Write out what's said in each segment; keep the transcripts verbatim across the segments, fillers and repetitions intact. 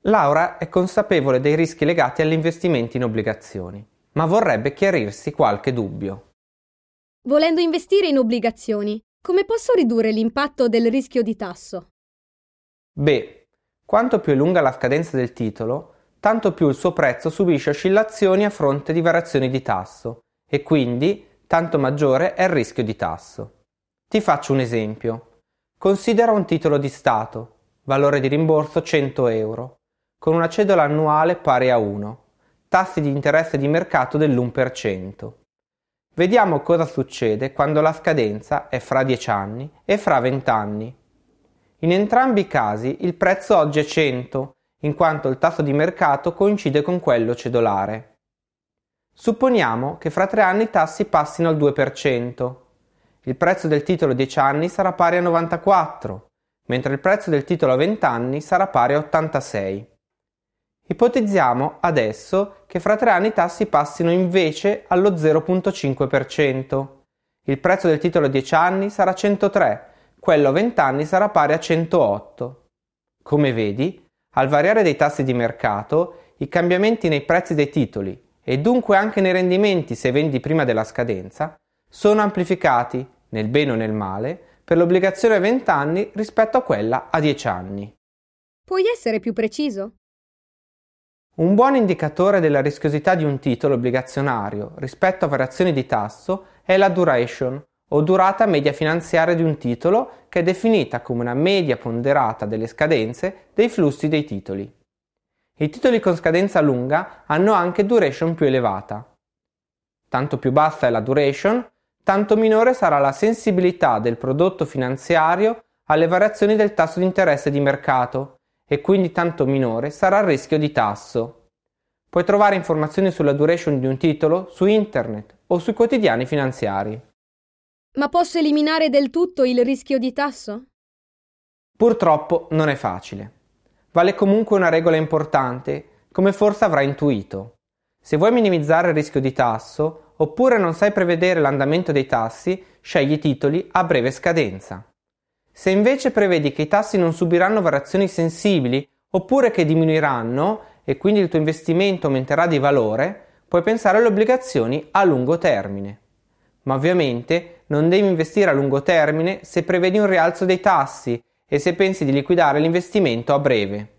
Laura è consapevole dei rischi legati agli investimenti in obbligazioni, ma vorrebbe chiarirsi qualche dubbio. Volendo investire in obbligazioni, come posso ridurre l'impatto del rischio di tasso? Beh, quanto più è lunga la scadenza del titolo, tanto più il suo prezzo subisce oscillazioni a fronte di variazioni di tasso e quindi tanto maggiore è il rischio di tasso. Ti faccio un esempio. Considera un titolo di Stato, valore di rimborso cento euro, con una cedola annuale pari a uno, tassi di interesse di mercato dell'uno per cento. Vediamo cosa succede quando la scadenza è fra dieci anni e fra venti anni. In entrambi i casi il prezzo oggi è cento, in quanto il tasso di mercato coincide con quello cedolare. Supponiamo che fra tre anni i tassi passino al due per cento. Il prezzo del titolo a dieci anni sarà pari a novantaquattro, mentre il prezzo del titolo a venti anni sarà pari a ottantasei. Ipotizziamo adesso che fra tre anni i tassi passino invece allo zero virgola cinque per cento. Il prezzo del titolo a dieci anni sarà centotré, quello a venti anni sarà pari a centootto. Come vedi, al variare dei tassi di mercato, i cambiamenti nei prezzi dei titoli e dunque anche nei rendimenti se vendi prima della scadenza sono amplificati, nel bene o nel male, per l'obbligazione a venti anni rispetto a quella a dieci anni. Puoi essere più preciso? Un buon indicatore della rischiosità di un titolo obbligazionario rispetto a variazioni di tasso è la duration, o durata media finanziaria di un titolo, che è definita come una media ponderata delle scadenze dei flussi dei titoli. I titoli con scadenza lunga hanno anche duration più elevata. Tanto più bassa è la duration, tanto minore sarà la sensibilità del prodotto finanziario alle variazioni del tasso di interesse di mercato, e quindi tanto minore sarà il rischio di tasso. Puoi trovare informazioni sulla duration di un titolo su internet o sui quotidiani finanziari. Ma posso eliminare del tutto il rischio di tasso? Purtroppo non è facile. Vale comunque una regola importante, come forse avrai intuito. Se vuoi minimizzare il rischio di tasso, oppure non sai prevedere l'andamento dei tassi, scegli titoli a breve scadenza. Se invece prevedi che i tassi non subiranno variazioni sensibili oppure che diminuiranno e quindi il tuo investimento aumenterà di valore, puoi pensare alle obbligazioni a lungo termine. Ma ovviamente non devi investire a lungo termine se prevedi un rialzo dei tassi e se pensi di liquidare l'investimento a breve.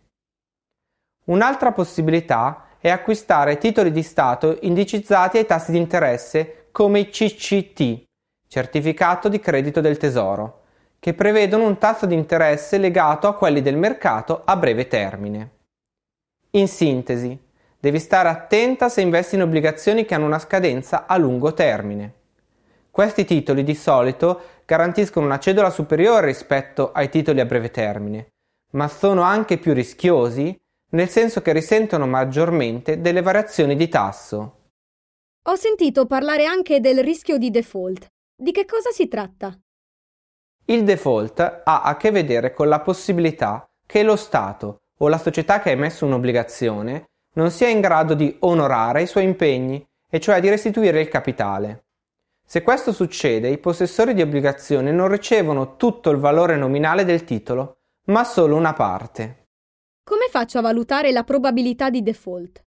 Un'altra possibilità è acquistare titoli di Stato indicizzati ai tassi di interesse come i C C T, Certificato di Credito del Tesoro, che prevedono un tasso di interesse legato a quelli del mercato a breve termine. In sintesi, devi stare attenta se investi in obbligazioni che hanno una scadenza a lungo termine. Questi titoli di solito garantiscono una cedola superiore rispetto ai titoli a breve termine, ma sono anche più rischiosi, nel senso che risentono maggiormente delle variazioni di tasso. Ho sentito parlare anche del rischio di default. Di che cosa si tratta? Il default ha a che vedere con la possibilità che lo Stato o la società che ha emesso un'obbligazione non sia in grado di onorare i suoi impegni, e cioè di restituire il capitale. Se questo succede, i possessori di obbligazioni non ricevono tutto il valore nominale del titolo, ma solo una parte. Come faccio a valutare la probabilità di default?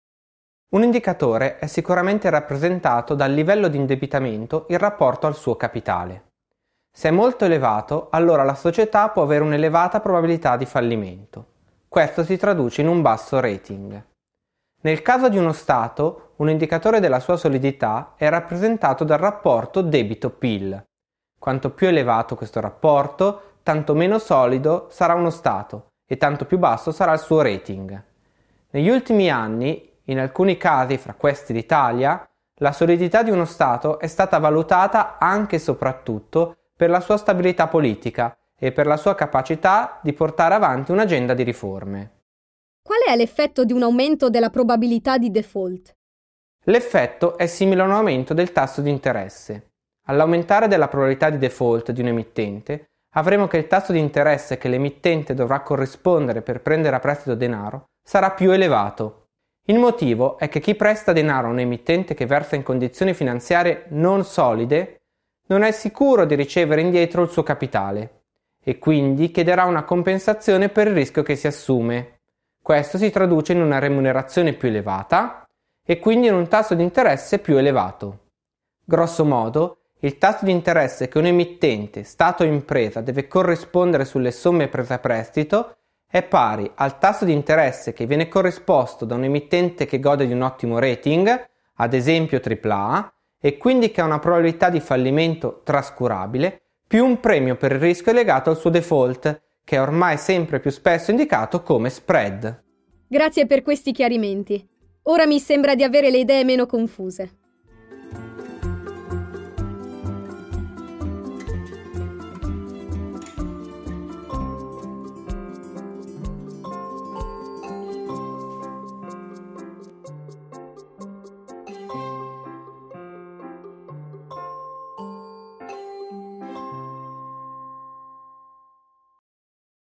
Un indicatore è sicuramente rappresentato dal livello di indebitamento in rapporto al suo capitale. Se è molto elevato, allora la società può avere un'elevata probabilità di fallimento. Questo si traduce in un basso rating. Nel caso di uno Stato, un indicatore della sua solidità è rappresentato dal rapporto debito-P I L. Quanto più elevato questo rapporto, tanto meno solido sarà uno Stato e tanto più basso sarà il suo rating. Negli ultimi anni, in alcuni casi, fra questi l'Italia, la solidità di uno Stato è stata valutata anche e soprattutto per la sua stabilità politica e per la sua capacità di portare avanti un'agenda di riforme. Qual è l'effetto di un aumento della probabilità di default? L'effetto è simile a un aumento del tasso di interesse. All'aumentare della probabilità di default di un emittente, avremo che il tasso di interesse che l'emittente dovrà corrispondere per prendere a prestito denaro sarà più elevato. Il motivo è che chi presta denaro a un emittente che versa in condizioni finanziarie non solide non è sicuro di ricevere indietro il suo capitale e quindi chiederà una compensazione per il rischio che si assume. Questo si traduce in una remunerazione più elevata e quindi in un tasso di interesse più elevato. Grosso modo, il tasso di interesse che un emittente, Stato o impresa, deve corrispondere sulle somme prese a prestito è pari al tasso di interesse che viene corrisposto da un emittente che gode di un ottimo rating, ad esempio tripla A, e quindi che ha una probabilità di fallimento trascurabile, più un premio per il rischio legato al suo default, che è ormai sempre più spesso indicato come spread. Grazie per questi chiarimenti. Ora mi sembra di avere le idee meno confuse.